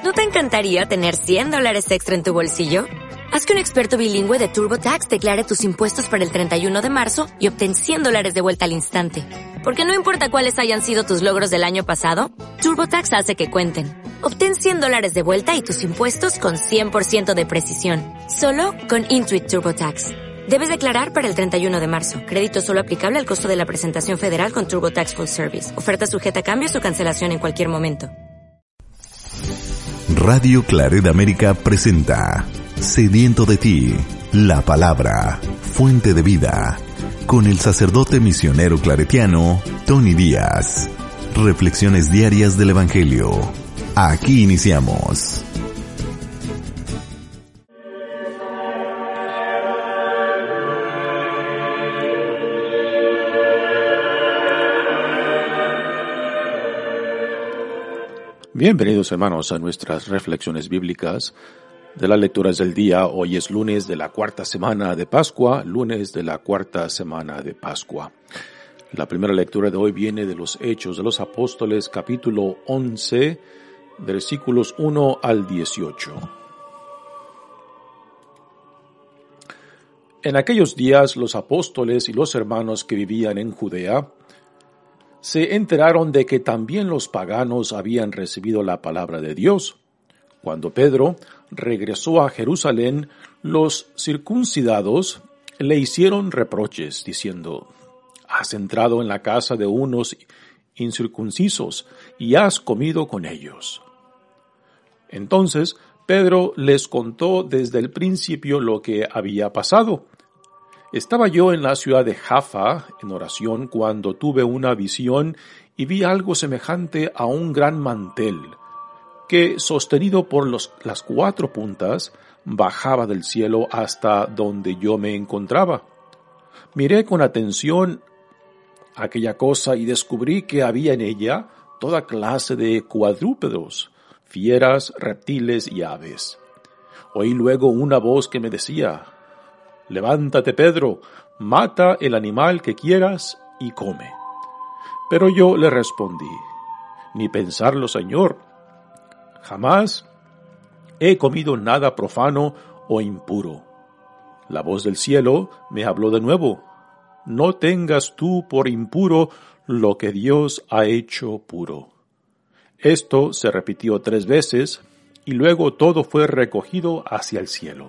¿No te encantaría tener $100 extra en tu bolsillo? Haz que un experto bilingüe de TurboTax declare tus impuestos para el 31 de marzo y obtén $100 de vuelta al instante. Porque no importa cuáles hayan sido tus logros del año pasado, TurboTax hace que cuenten. Obtén $100 de vuelta y tus impuestos con 100% de precisión. Solo con Intuit TurboTax. Debes declarar para el 31 de marzo. Crédito solo aplicable al costo de la presentación federal con TurboTax Full Service. Oferta sujeta a cambios o cancelación en cualquier momento. Radio Claret América presenta Sediento de ti, la palabra, fuente de vida, con el sacerdote misionero claretiano Tony Díaz. Reflexiones diarias del Evangelio. Aquí iniciamos. Bienvenidos, hermanos, a nuestras reflexiones bíblicas de las lecturas del día. Hoy es lunes de la cuarta semana de Pascua, La primera lectura de hoy viene de los Hechos de los Apóstoles, capítulo 11, versículos 1 al 18. En aquellos días los apóstoles y los hermanos que vivían en Judea se enteraron de que también los paganos habían recibido la palabra de Dios. Cuando Pedro regresó a Jerusalén, los circuncidados le hicieron reproches, diciendo: «Has entrado en la casa de unos incircuncisos y has comido con ellos». Entonces Pedro les contó desde el principio lo que había pasado. «Estaba yo en la ciudad de Jaffa en oración cuando tuve una visión y vi algo semejante a un gran mantel que, sostenido por las cuatro puntas, bajaba del cielo hasta donde yo me encontraba. Miré con atención aquella cosa y descubrí que había en ella toda clase de cuadrúpedos, fieras, reptiles y aves. Oí luego una voz que me decía: «Levántate, Pedro, mata el animal que quieras y come». Pero yo le respondí: «Ni pensarlo, Señor. Jamás he comido nada profano o impuro». La voz del cielo me habló de nuevo: «No tengas tú por impuro lo que Dios ha hecho puro». Esto se repitió 3 veces y luego todo fue recogido hacia el cielo.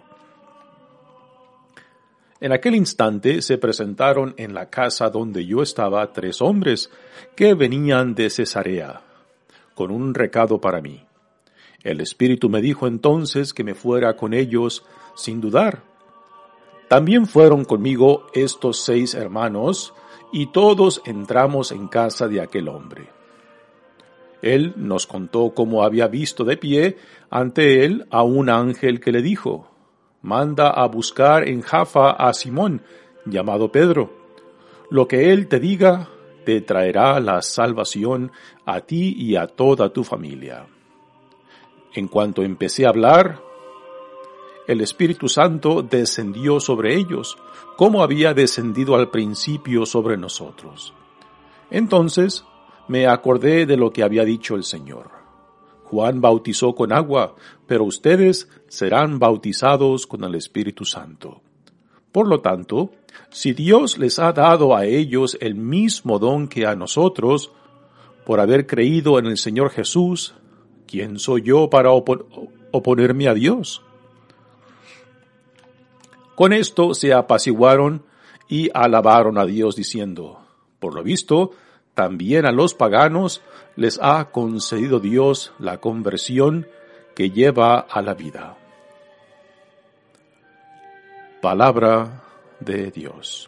En aquel instante se presentaron en la casa donde yo estaba 3 hombres que venían de Cesarea, con un recado para mí. El Espíritu me dijo entonces que me fuera con ellos sin dudar. También fueron conmigo estos 6 hermanos, y todos entramos en casa de aquel hombre. Él nos contó cómo había visto de pie ante él a un ángel que le dijo: «Manda a buscar en Jaffa a Simón, llamado Pedro. Lo que él te diga te traerá la salvación a ti y a toda tu familia». En cuanto empecé a hablar, el Espíritu Santo descendió sobre ellos, como había descendido al principio sobre nosotros. Entonces me acordé de lo que había dicho el Señor: «Juan bautizó con agua, pero ustedes serán bautizados con el Espíritu Santo». Por lo tanto, si Dios les ha dado a ellos el mismo don que a nosotros, por haber creído en el Señor Jesús, ¿quién soy yo para oponerme a Dios? Con esto se apaciguaron y alabaron a Dios diciendo: «Por lo visto, también a los paganos les ha concedido Dios la conversión que lleva a la vida». Palabra de Dios.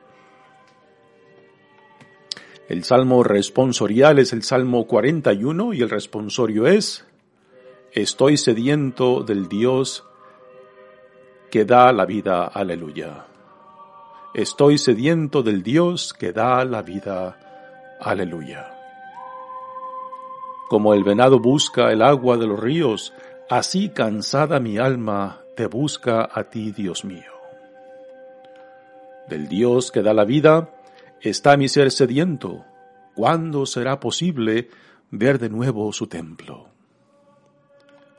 El salmo responsorial es el Salmo 41 y el responsorio es: «Estoy sediento del Dios que da la vida». Aleluya. Estoy sediento del Dios que da la vida. Aleluya. Como el venado busca el agua de los ríos, así cansada mi alma te busca a ti, Dios mío. Del Dios que da la vida está mi ser sediento. ¿Cuándo será posible ver de nuevo su templo?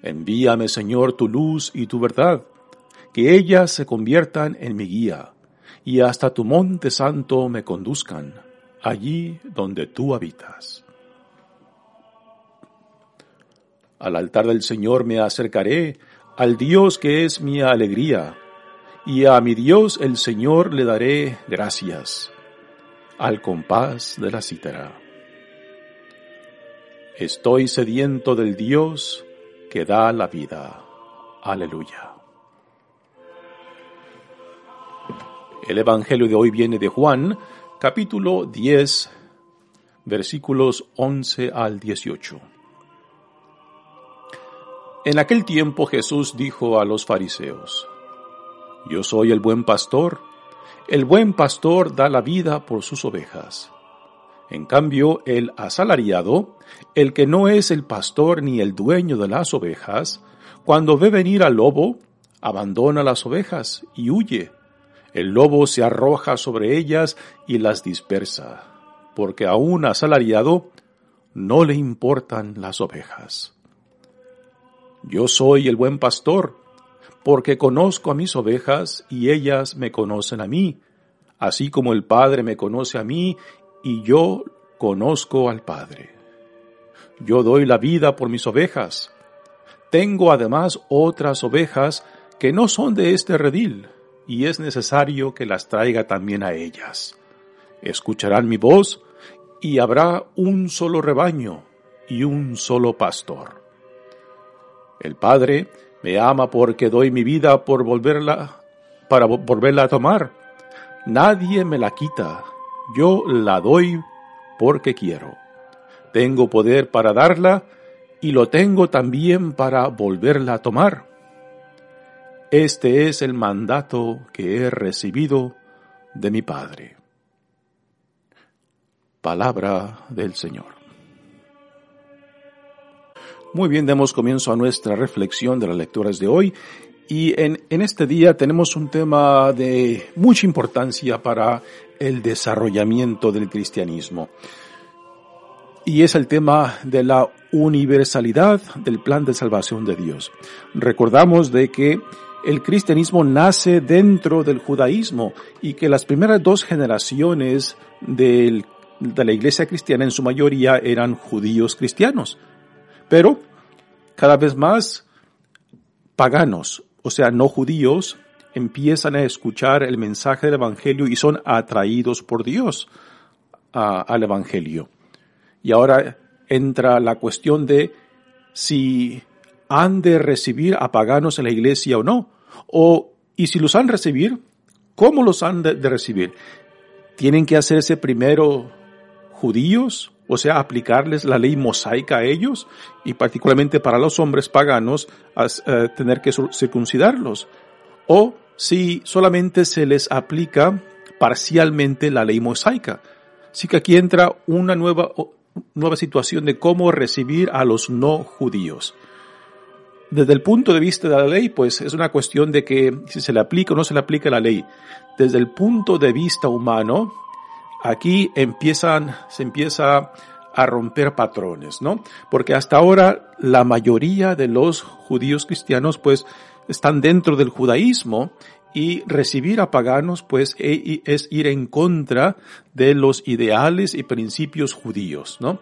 Envíame, Señor, tu luz y tu verdad, que ellas se conviertan en mi guía, y hasta tu monte santo me conduzcan, allí donde tú habitas. Al altar del Señor me acercaré, al Dios que es mi alegría, y a mi Dios el Señor le daré gracias, al compás de la cítara. Estoy sediento del Dios que da la vida. Aleluya. El Evangelio de hoy viene de Juan, capítulo 10, versículos 11 al 18. En aquel tiempo Jesús dijo a los fariseos: Yo soy el buen pastor da la vida por sus ovejas. En cambio, el asalariado, el que no es el pastor ni el dueño de las ovejas, cuando ve venir al lobo, abandona las ovejas y huye. El lobo se arroja sobre ellas y las dispersa, porque a un asalariado no le importan las ovejas. Yo soy el buen pastor, porque conozco a mis ovejas y ellas me conocen a mí, así como el Padre me conoce a mí y yo conozco al Padre. Yo doy la vida por mis ovejas. Tengo además otras ovejas que no son de este redil, y es necesario que las traiga también a ellas. Escucharán mi voz, y habrá un solo rebaño y un solo pastor. El Padre me ama porque doy mi vida para volverla a tomar. Nadie me la quita, yo la doy porque quiero. Tengo poder para darla y lo tengo también para volverla a tomar. Este es el mandato que he recibido de mi Padre. Palabra del Señor. Muy bien, demos comienzo a nuestra reflexión de las lecturas de hoy. Y en este día tenemos un tema de mucha importancia para el desarrollamiento del cristianismo. Y es el tema de la universalidad del plan de salvación de Dios. Recordamos de que el cristianismo nace dentro del judaísmo y que las primeras dos generaciones de la iglesia cristiana en su mayoría eran judíos cristianos. Pero cada vez más paganos, o sea, no judíos, empiezan a escuchar el mensaje del Evangelio y son atraídos por Dios al Evangelio. Y ahora entra la cuestión de si han de recibir a paganos en la iglesia o no. Y si los han de recibir, ¿cómo los han de recibir? ¿Tienen que hacerse primero judíos? O sea, aplicarles la ley mosaica a ellos, y particularmente para los hombres paganos, tener que circuncidarlos. O si solamente se les aplica parcialmente la ley mosaica. Así que aquí entra una nueva situación de cómo recibir a los no judíos. Desde el punto de vista de la ley, pues es una cuestión de que si se le aplica o no se le aplica la ley. Desde el punto de vista humano, aquí se empieza a romper patrones, ¿no? Porque hasta ahora la mayoría de los judíos cristianos pues están dentro del judaísmo, y recibir a paganos pues es ir en contra de los ideales y principios judíos, ¿no?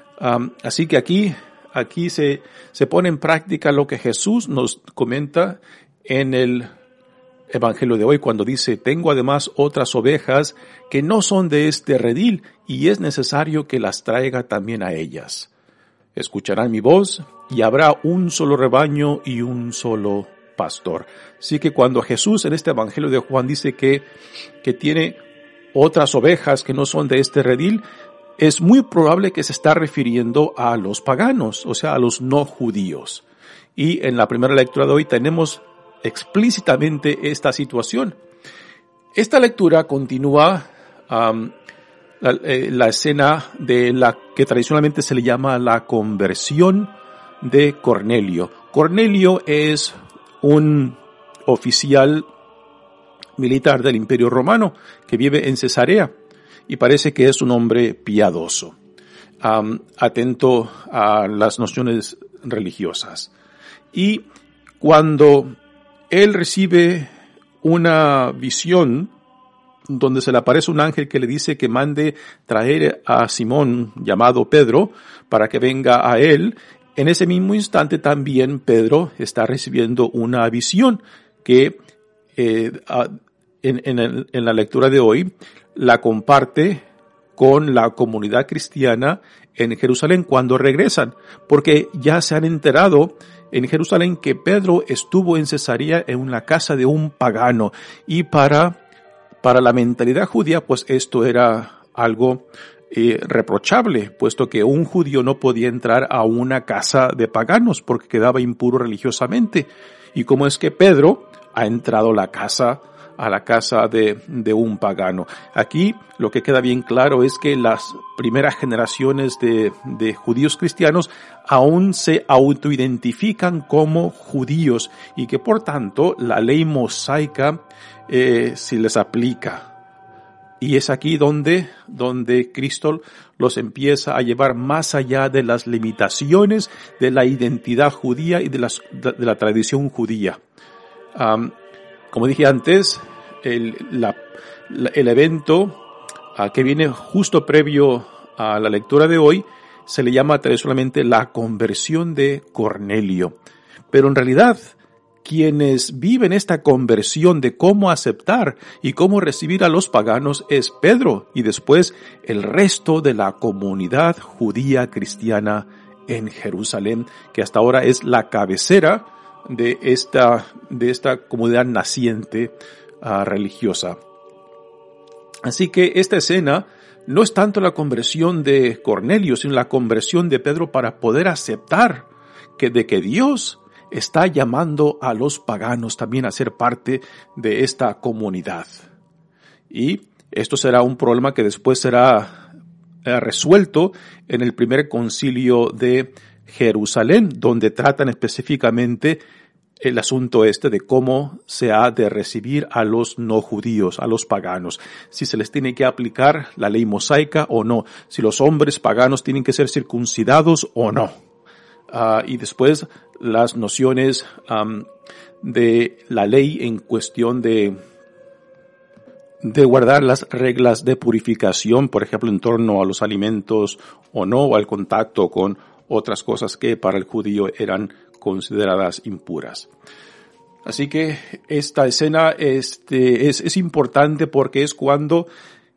Así que aquí se pone en práctica lo que Jesús nos comenta en el Evangelio de hoy cuando dice: tengo además otras ovejas que no son de este redil y es necesario que las traiga también a ellas. Escucharán mi voz y habrá un solo rebaño y un solo pastor. Así que cuando Jesús en este Evangelio de Juan dice que tiene otras ovejas que no son de este redil, es muy probable que se está refiriendo a los paganos, o sea, a los no judíos. Y en la primera lectura de hoy tenemos explícitamente esta situación. Esta lectura continúa la escena de la que tradicionalmente se le llama la conversión de Cornelio. Cornelio es un oficial militar del Imperio Romano que vive en Cesarea y parece que es un hombre piadoso, atento a las nociones religiosas. Y cuando él recibe una visión donde se le aparece un ángel que le dice que mande traer a Simón, llamado Pedro, para que venga a él, en ese mismo instante también Pedro está recibiendo una visión que en la lectura de hoy la comparte con la comunidad cristiana en Jerusalén cuando regresan, porque ya se han enterado en Jerusalén que Pedro estuvo en Cesarea en una casa de un pagano, y para la mentalidad judía pues esto era algo reprochable, puesto que un judío no podía entrar a una casa de paganos porque quedaba impuro religiosamente. Y cómo es que Pedro ha entrado a la casa de un pagano. Aquí lo que queda bien claro es que las primeras generaciones de judíos cristianos aún se autoidentifican como judíos y que por tanto la ley mosaica sí les aplica. Y es aquí donde Cristo los empieza a llevar más allá de las limitaciones de la identidad judía y de la tradición judía. Como dije antes, el evento que viene justo previo a la lectura de hoy se le llama tradicionalmente la conversión de Cornelio. Pero en realidad, quienes viven esta conversión de cómo aceptar y cómo recibir a los paganos es Pedro y después el resto de la comunidad judía cristiana en Jerusalén, que hasta ahora es la cabecera de esta comunidad naciente religiosa. Así que esta escena no es tanto la conversión de Cornelio, sino la conversión de Pedro para poder aceptar que Dios está llamando a los paganos también a ser parte de esta comunidad. Y esto será un problema que después será resuelto en el primer concilio de Jerusalén, donde tratan específicamente el asunto de cómo se ha de recibir a los no judíos, a los paganos, si se les tiene que aplicar la ley mosaica o no, si los hombres paganos tienen que ser circuncidados o no. Y después las nociones de la ley en cuestión de guardar las reglas de purificación, por ejemplo, en torno a los alimentos o no, o al contacto con otras cosas que para el judío eran consideradas impuras. Así que esta escena es importante porque es cuando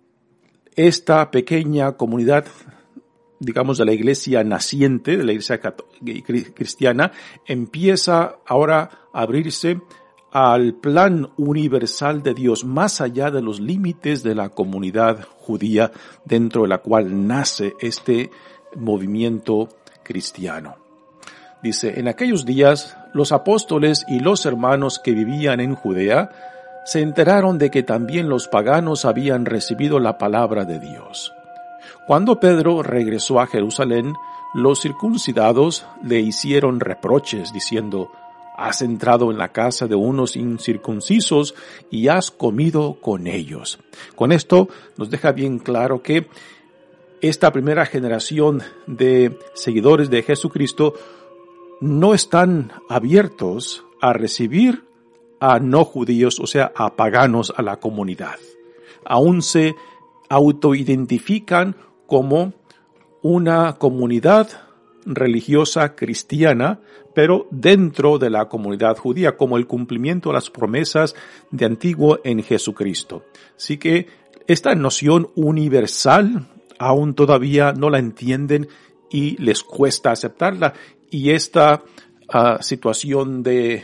esta pequeña comunidad, digamos, de la iglesia naciente, de la iglesia cristiana, empieza ahora a abrirse al plan universal de Dios, más allá de los límites de la comunidad judía dentro de la cual nace este movimiento cristiano. Dice, en aquellos días, los apóstoles y los hermanos que vivían en Judea se enteraron de que también los paganos habían recibido la palabra de Dios. Cuando Pedro regresó a Jerusalén, los circuncidados le hicieron reproches, diciendo, has entrado en la casa de unos incircuncisos y has comido con ellos. Con esto nos deja bien claro que esta primera generación de seguidores de Jesucristo no están abiertos a recibir a no judíos, o sea, a paganos a la comunidad. Aún se autoidentifican como una comunidad religiosa cristiana, pero dentro de la comunidad judía, como el cumplimiento de las promesas de antiguo en Jesucristo. Así que esta noción universal aún todavía no la entienden y les cuesta aceptarla. Y esta situación del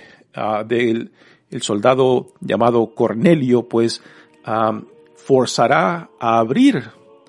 soldado llamado Cornelio, pues forzará a abrir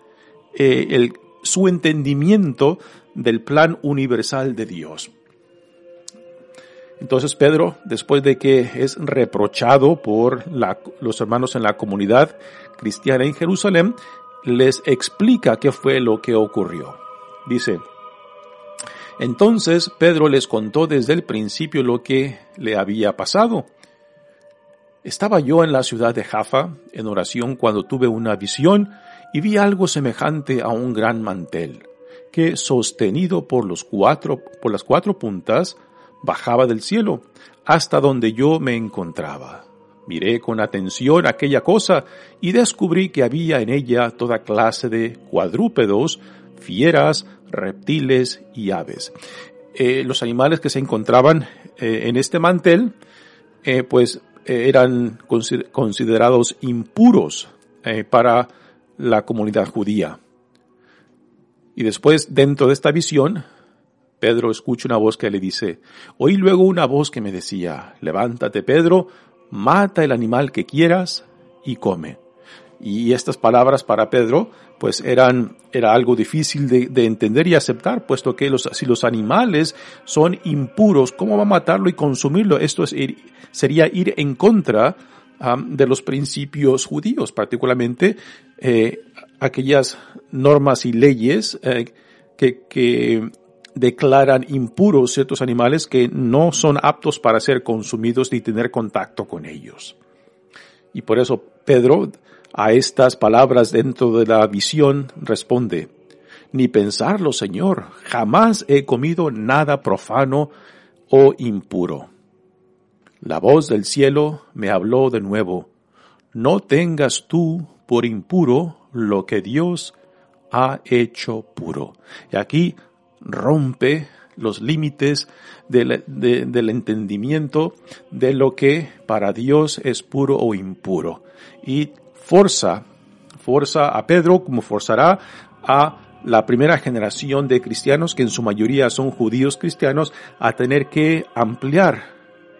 su entendimiento del plan universal de Dios. Entonces Pedro, después de que es reprochado por los hermanos en la comunidad cristiana en Jerusalén, les explica qué fue lo que ocurrió. Dice, entonces Pedro les contó desde el principio lo que le había pasado. Estaba yo en la ciudad de Jaffa en oración cuando tuve una visión y vi algo semejante a un gran mantel, que sostenido por las cuatro puntas bajaba del cielo hasta donde yo me encontraba. Miré con atención aquella cosa y descubrí que había en ella toda clase de cuadrúpedos, fieras, reptiles y aves. Los animales que se encontraban en este mantel, eran considerados impuros para la comunidad judía. Y después, dentro de esta visión, Pedro escucha una voz que le dice, oí luego una voz que me decía, levántate Pedro, mata el animal que quieras y come. Y estas palabras para Pedro, pues era algo difícil de entender y aceptar, puesto que si los animales son impuros, ¿cómo va a matarlo y consumirlo? Esto sería ir en contra de los principios judíos, particularmente aquellas normas y leyes que declaran impuros ciertos animales que no son aptos para ser consumidos ni tener contacto con ellos. Y por eso Pedro, a estas palabras dentro de la visión, responde, ni pensarlo, Señor, jamás he comido nada profano o impuro. La voz del cielo me habló de nuevo, no tengas tú por impuro lo que Dios ha hecho puro. Y aquí rompe los límites del entendimiento de lo que para Dios es puro o impuro. Y forza a Pedro, como forzará a la primera generación de cristianos, que en su mayoría son judíos cristianos, a tener que ampliar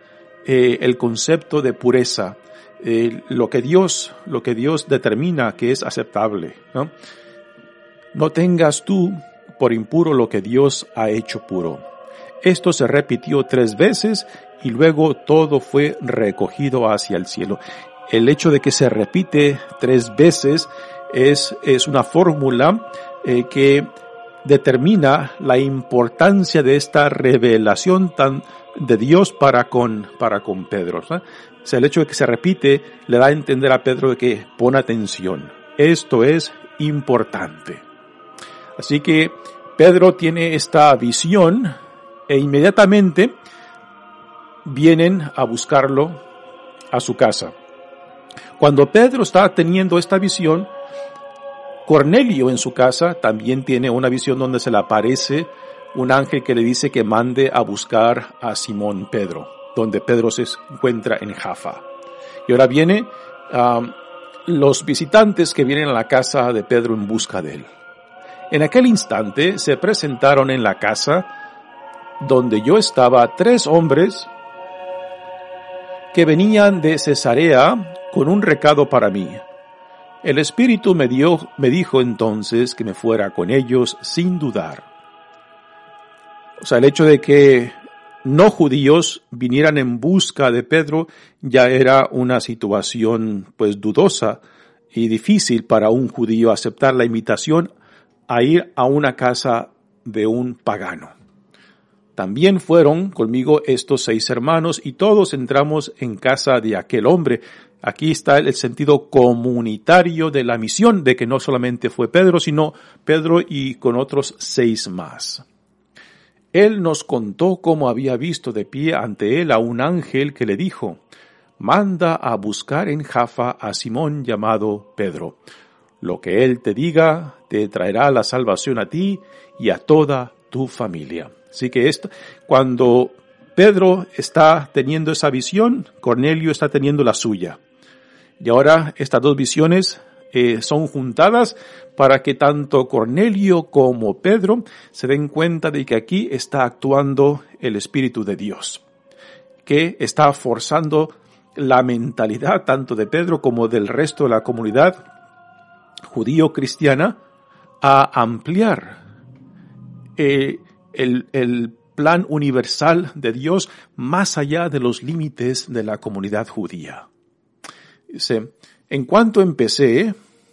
el concepto de pureza, lo que Dios determina que es aceptable, ¿no? No tengas tú por impuro lo que Dios ha hecho puro. Esto se repitió 3 veces y luego todo fue recogido hacia el cielo. El hecho de que se repite 3 veces es una fórmula que determina la importancia de esta revelación de Dios para con Pedro, ¿no? O sea, el hecho de que se repite le da a entender a Pedro de que pone atención. Esto es importante. Así que Pedro tiene esta visión e inmediatamente vienen a buscarlo a su casa. Cuando Pedro está teniendo esta visión, Cornelio en su casa también tiene una visión donde se le aparece un ángel que le dice que mande a buscar a Simón Pedro, donde Pedro se encuentra en Jaffa. Y ahora viene los visitantes que vienen a la casa de Pedro en busca de él. En aquel instante se presentaron en la casa donde yo estaba 3 hombres que venían de Cesarea con un recado para mí. El Espíritu me dijo entonces que me fuera con ellos sin dudar. O sea, el hecho de que no judíos vinieran en busca de Pedro ya era una situación pues dudosa y difícil para un judío aceptar la invitación a ir a una casa de un pagano. También fueron conmigo estos 6 hermanos y todos entramos en casa de aquel hombre. Aquí está el sentido comunitario de la misión, de que no solamente fue Pedro, sino Pedro y con otros 6 más. Él nos contó cómo había visto de pie ante él a un ángel que le dijo, manda a buscar en Jaffa a Simón llamado Pedro. Lo que él te diga te traerá la salvación a ti y a toda tu familia. Así que cuando Pedro está teniendo esa visión, Cornelio está teniendo la suya. Y ahora estas 2 visiones son juntadas para que tanto Cornelio como Pedro se den cuenta de que aquí está actuando el Espíritu de Dios, que está forzando la mentalidad tanto de Pedro como del resto de la comunidad judío-cristiana a ampliar el plan universal de Dios más allá de los límites de la comunidad judía. Dice, en cuanto empecé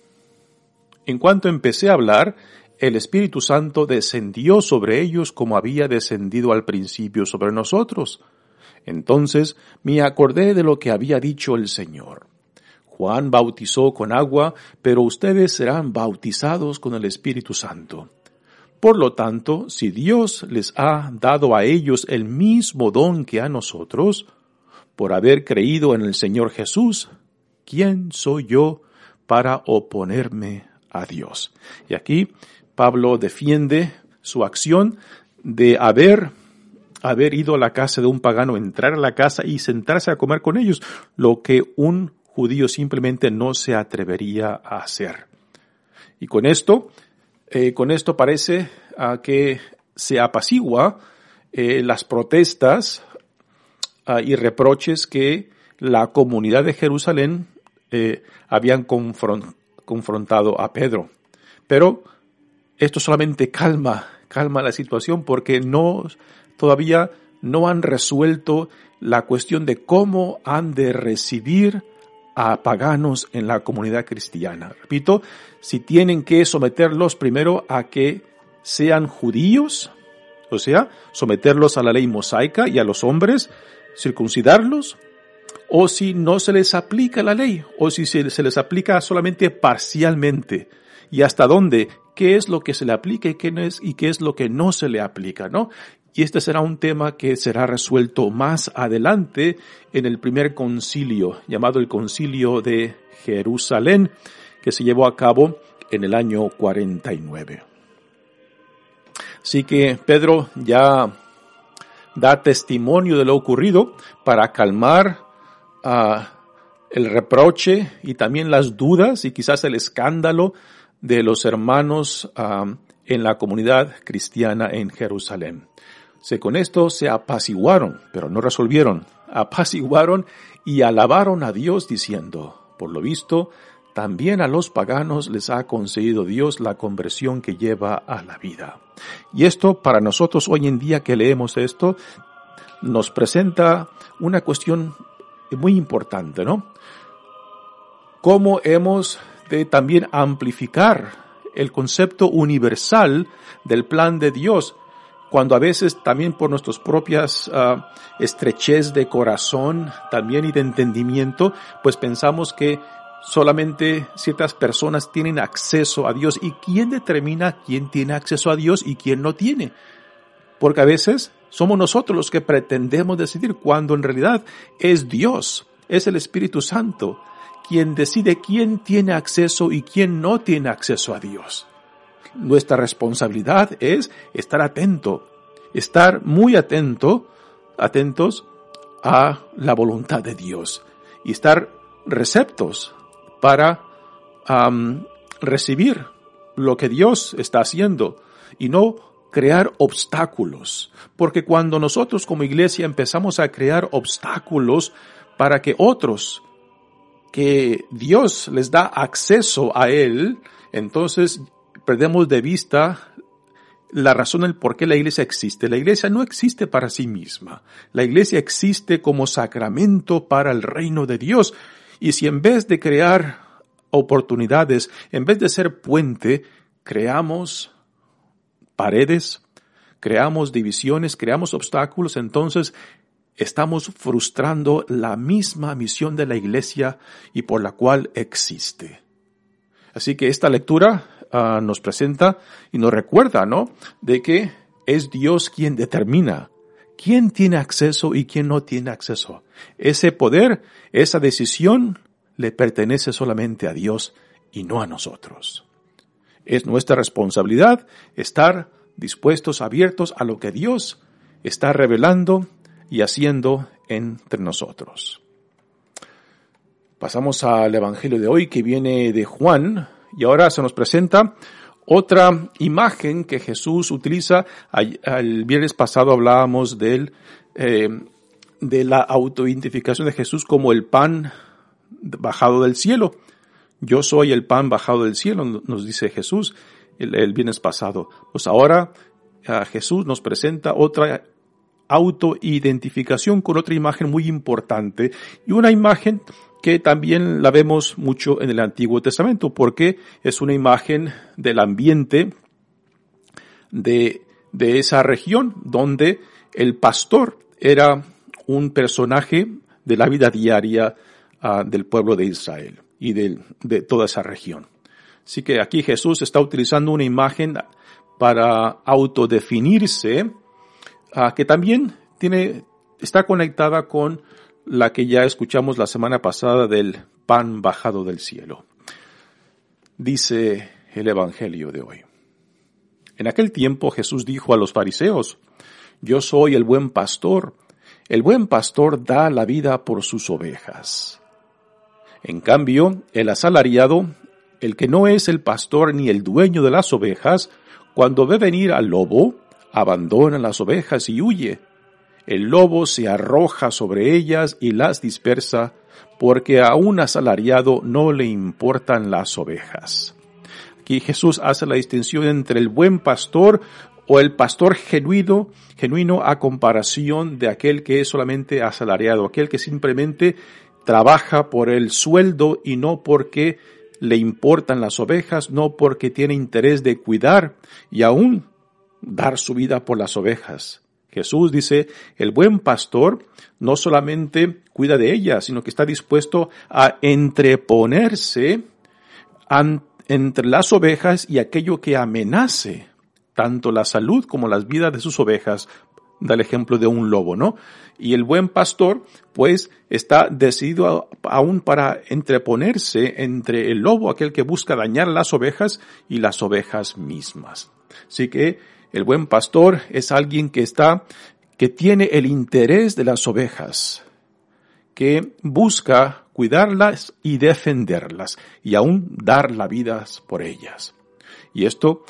a hablar, el Espíritu Santo descendió sobre ellos como había descendido al principio sobre nosotros. Entonces me acordé de lo que había dicho el Señor. Juan bautizó con agua, pero ustedes serán bautizados con el Espíritu Santo. Por lo tanto, si Dios les ha dado a ellos el mismo don que a nosotros, por haber creído en el Señor Jesús, ¿quién soy yo para oponerme a Dios? Y aquí Pablo defiende su acción de haber ido a la casa de un pagano, entrar a la casa y sentarse a comer con ellos, lo que un judío simplemente no se atrevería a hacer. Y con esto parece que se apacigua las protestas y reproches que la comunidad de Jerusalén habían confrontado a Pedro. Pero esto solamente calma la situación porque todavía no han resuelto la cuestión de cómo han de recibir a paganos en la comunidad cristiana. Repito, si tienen que someterlos primero a que sean judíos, o sea, someterlos a la ley mosaica y a los hombres, circuncidarlos, o si no se les aplica la ley, o si se les aplica solamente parcialmente, y hasta dónde, qué es lo que se le aplica y qué es lo que no se le aplica, ¿no? Y este será un tema que será resuelto más adelante en el primer concilio, llamado el Concilio de Jerusalén, que se llevó a cabo en el año 49. Así que Pedro ya da testimonio de lo ocurrido para calmar el reproche y también las dudas y quizás el escándalo de los hermanos en la comunidad cristiana en Jerusalén. Con esto se apaciguaron, pero no resolvieron. Apaciguaron y alabaron a Dios diciendo, por lo visto, también a los paganos les ha concedido Dios la conversión que lleva a la vida. Y esto para nosotros hoy en día que leemos esto, nos presenta una cuestión muy importante, ¿no? Cómo hemos de también amplificar el concepto universal del plan de Dios, cuando a veces también por nuestras propias estrechez de corazón, también y de entendimiento, pues pensamos que solamente ciertas personas tienen acceso a Dios. ¿Y quién determina quién tiene acceso a Dios y quién no tiene? Porque a veces somos nosotros los que pretendemos decidir, cuando en realidad es Dios, es el Espíritu Santo, quien decide quién tiene acceso y quién no tiene acceso a Dios. Nuestra responsabilidad es estar estar muy atentos a la voluntad de Dios y estar receptos para recibir lo que Dios está haciendo y no crear obstáculos. Porque cuando nosotros como iglesia empezamos a crear obstáculos para que otros, que Dios les da acceso a Él, entonces perdemos de vista la razón del por qué la iglesia existe. La iglesia no existe para sí misma. La iglesia existe como sacramento para el reino de Dios. Y si en vez de crear oportunidades, en vez de ser puente, creamos paredes, creamos divisiones, creamos obstáculos, entonces estamos frustrando la misma misión de la iglesia y por la cual existe. Así que esta lectura nos presenta y nos recuerda, ¿no?, de que es Dios quien determina quién tiene acceso y quién no tiene acceso. Ese poder, esa decisión le pertenece solamente a Dios y no a nosotros. Es nuestra responsabilidad estar dispuestos, abiertos a lo que Dios está revelando y haciendo entre nosotros. Pasamos al Evangelio de hoy, que viene de Juan, y ahora se nos presenta otra imagen que Jesús utiliza. El viernes pasado hablábamos de la autoidentificación de Jesús como el pan bajado del cielo. Yo soy el pan bajado del cielo, nos dice Jesús el viernes pasado. Pues ahora Jesús nos presenta otra autoidentificación con otra imagen muy importante, y una imagen que también la vemos mucho en el Antiguo Testamento, porque es una imagen del ambiente de esa región, donde el pastor era un personaje de la vida diaria del pueblo de Israel y de toda esa región. Así que aquí Jesús está utilizando una imagen para autodefinirse, que también está conectada con la que ya escuchamos la semana pasada del pan bajado del cielo. Dice el Evangelio de hoy. En aquel tiempo Jesús dijo a los fariseos: Yo soy el buen pastor. El buen pastor da la vida por sus ovejas. En cambio, el asalariado, el que no es el pastor ni el dueño de las ovejas, cuando ve venir al lobo, abandona las ovejas y huye. El lobo se arroja sobre ellas y las dispersa, porque a un asalariado no le importan las ovejas. Aquí Jesús hace la distinción entre el buen pastor o el pastor genuino a comparación de aquel que es solamente asalariado, aquel que simplemente trabaja por el sueldo y no porque le importan las ovejas, no porque tiene interés de cuidar y aún dar su vida por las ovejas. Jesús dice, el buen pastor no solamente cuida de ellas, sino que está dispuesto a entreponerse entre las ovejas y aquello que amenace tanto la salud como las vidas de sus ovejas. Da el ejemplo de un lobo, ¿no? Y el buen pastor, pues, está decidido aún para entreponerse entre el lobo, aquel que busca dañar las ovejas, y las ovejas mismas. Así que el buen pastor es alguien que tiene el interés de las ovejas, que busca cuidarlas y defenderlas, y aún dar la vida por ellas. Y esto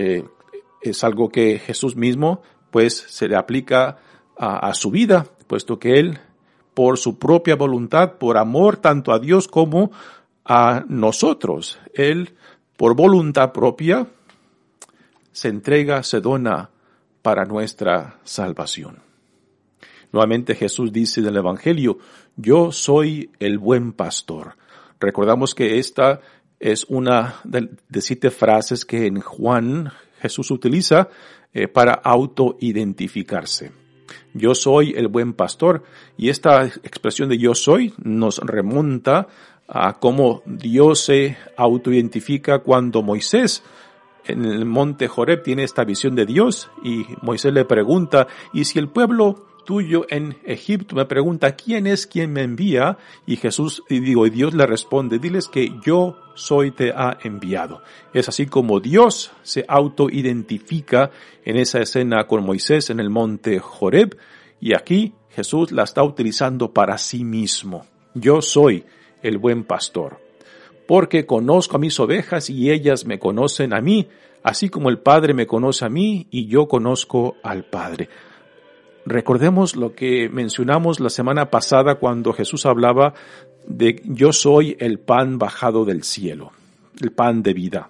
es algo que Jesús mismo pues se le aplica a su vida, puesto que Él, por su propia voluntad, por amor tanto a Dios como a nosotros, Él, por voluntad propia, se entrega, se dona para nuestra salvación. Nuevamente Jesús dice en el Evangelio, yo soy el buen pastor. Recordamos que esta es una de 7 frases que en Juan Jesús utiliza para autoidentificarse. Yo soy el buen pastor, y esta expresión de yo soy nos remonta a cómo Dios se autoidentifica cuando Moisés en el monte Joreb tiene esta visión de Dios y Moisés le pregunta, ¿y si el pueblo tuyo en Egipto me pregunta quién es quien me envía? Y Dios le responde, diles que yo soy te ha enviado. Es así como Dios se autoidentifica en esa escena con Moisés en el monte Joreb, y aquí Jesús la está utilizando para sí mismo. Yo soy el buen pastor, porque conozco a mis ovejas y ellas me conocen a mí, así como el Padre me conoce a mí y yo conozco al Padre. Recordemos lo que mencionamos la semana pasada cuando Jesús hablaba de yo soy el pan bajado del cielo, el pan de vida.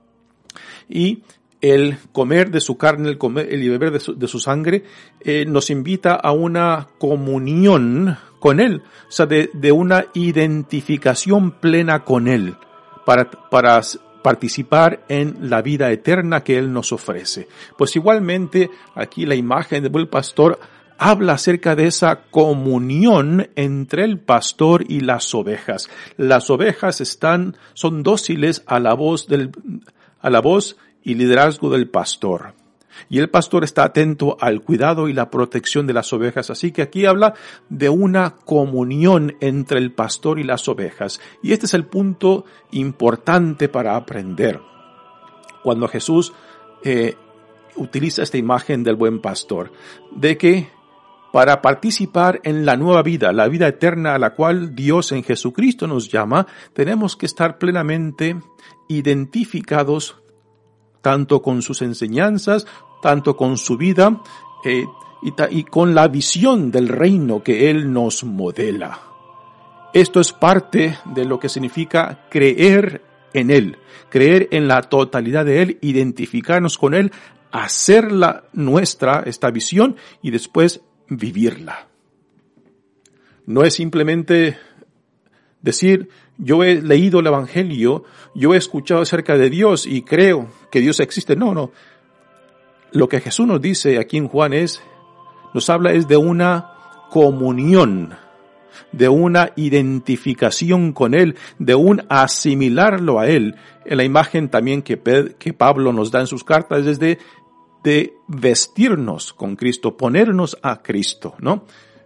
Y el comer de su carne, el beber de su sangre, nos invita a una comunión con Él, o sea, de una identificación plena con Él, para participar en la vida eterna que Él nos ofrece. Pues igualmente aquí la imagen del buen pastor habla acerca de esa comunión entre el pastor y las ovejas. Las ovejas son dóciles a la voz y liderazgo del pastor. Y el pastor está atento al cuidado y la protección de las ovejas. Así que aquí habla de una comunión entre el pastor y las ovejas. Y este es el punto importante para aprender. Cuando Jesús utiliza esta imagen del buen pastor, de que para participar en la nueva vida, la vida eterna a la cual Dios en Jesucristo nos llama, tenemos que estar plenamente identificados tanto con sus enseñanzas, tanto con su vida y con la visión del reino que Él nos modela. Esto es parte de lo que significa creer en Él, creer en la totalidad de Él, identificarnos con Él, hacerla nuestra, esta visión, y después vivirla. No es simplemente decir, yo he leído el Evangelio, yo he escuchado acerca de Dios y creo que Dios existe. No. Lo que Jesús nos dice aquí en Juan nos habla de una comunión. de una identificación con Él, de un asimilarlo a Él. En la imagen también que Pablo nos da en sus cartas es de vestirnos con Cristo, ponernos a Cristo, ¿no?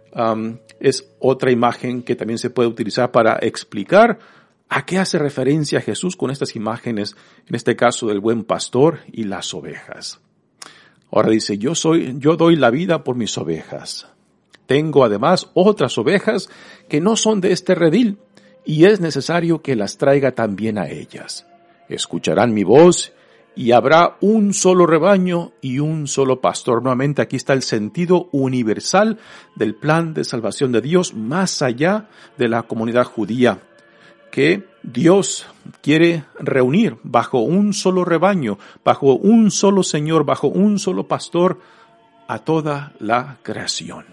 Es otra imagen que también se puede utilizar para explicar a qué hace referencia Jesús con estas imágenes, en este caso del buen pastor y las ovejas. Ahora dice, yo doy la vida por mis ovejas. Tengo además otras ovejas que no son de este redil, y es necesario que las traiga también a ellas. Escucharán mi voz, y habrá un solo rebaño y un solo pastor. Nuevamente aquí está el sentido universal del plan de salvación de Dios, más allá de la comunidad judía, que Dios quiere reunir bajo un solo rebaño, bajo un solo Señor, bajo un solo pastor, a toda la creación.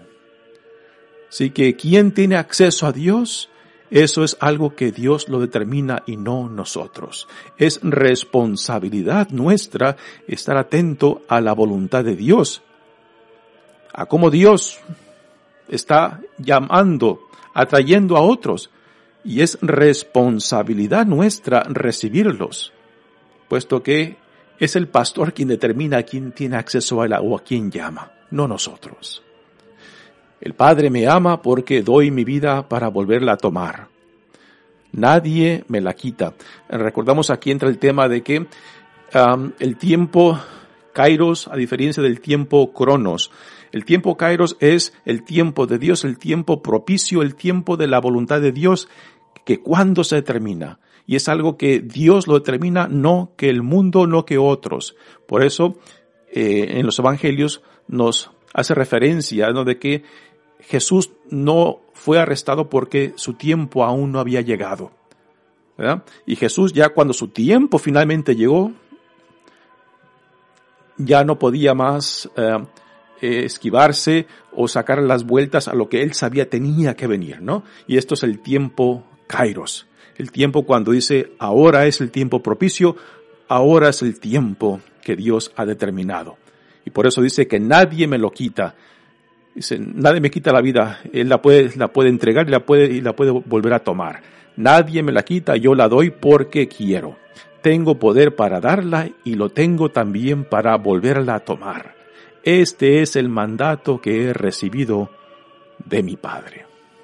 Así que, ¿quién tiene acceso a Dios? Eso es algo que Dios lo determina y no nosotros. Es responsabilidad nuestra estar atento a la voluntad de Dios, a cómo Dios está llamando, atrayendo a otros, y es responsabilidad nuestra recibirlos, puesto que es el pastor quien determina a quién tiene acceso a él o a quién llama, no nosotros. El Padre me ama porque doy mi vida para volverla a tomar. Nadie me la quita. Recordamos aquí entra el tema de que el tiempo Kairos, a diferencia del tiempo Cronos, el tiempo Kairos es el tiempo de Dios, el tiempo propicio, el tiempo de la voluntad de Dios, que cuando se determina. Y es algo que Dios lo determina, no que el mundo, no que otros. Por eso, en los evangelios nos hace referencia, ¿no?, de que Jesús no fue arrestado porque su tiempo aún no había llegado, ¿verdad? Y Jesús, ya cuando su tiempo finalmente llegó, ya no podía más esquivarse o sacar las vueltas a lo que él sabía tenía que venir, ¿no? Y esto es el tiempo Kairos, el tiempo cuando dice, ahora es el tiempo propicio, ahora es el tiempo que Dios ha determinado. Y por eso dice que nadie me lo quita. Dice, nadie me quita la vida, Él la puede entregar y la puede volver a tomar. Nadie me la quita, yo la doy porque quiero. Tengo poder para darla y lo tengo también para volverla a tomar. Este es el mandato que he recibido de mi Padre.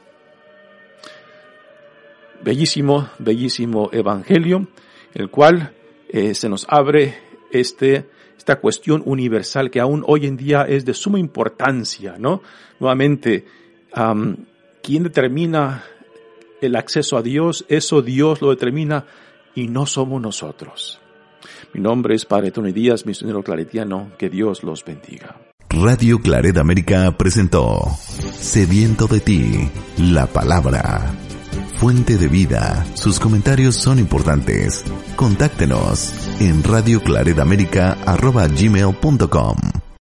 Bellísimo, bellísimo evangelio, el cual se nos abre esta cuestión universal que aún hoy en día es de suma importancia, ¿no? Nuevamente, ¿quién determina el acceso a Dios? Eso Dios lo determina y no somos nosotros. Mi nombre es Padre Tony Díaz, misionero claretiano. Que Dios los bendiga. Radio Claret América presentó Sediento de ti, la palabra. Fuente de vida. Sus comentarios son importantes. Contáctenos en radioclaretamerica@gmail.com.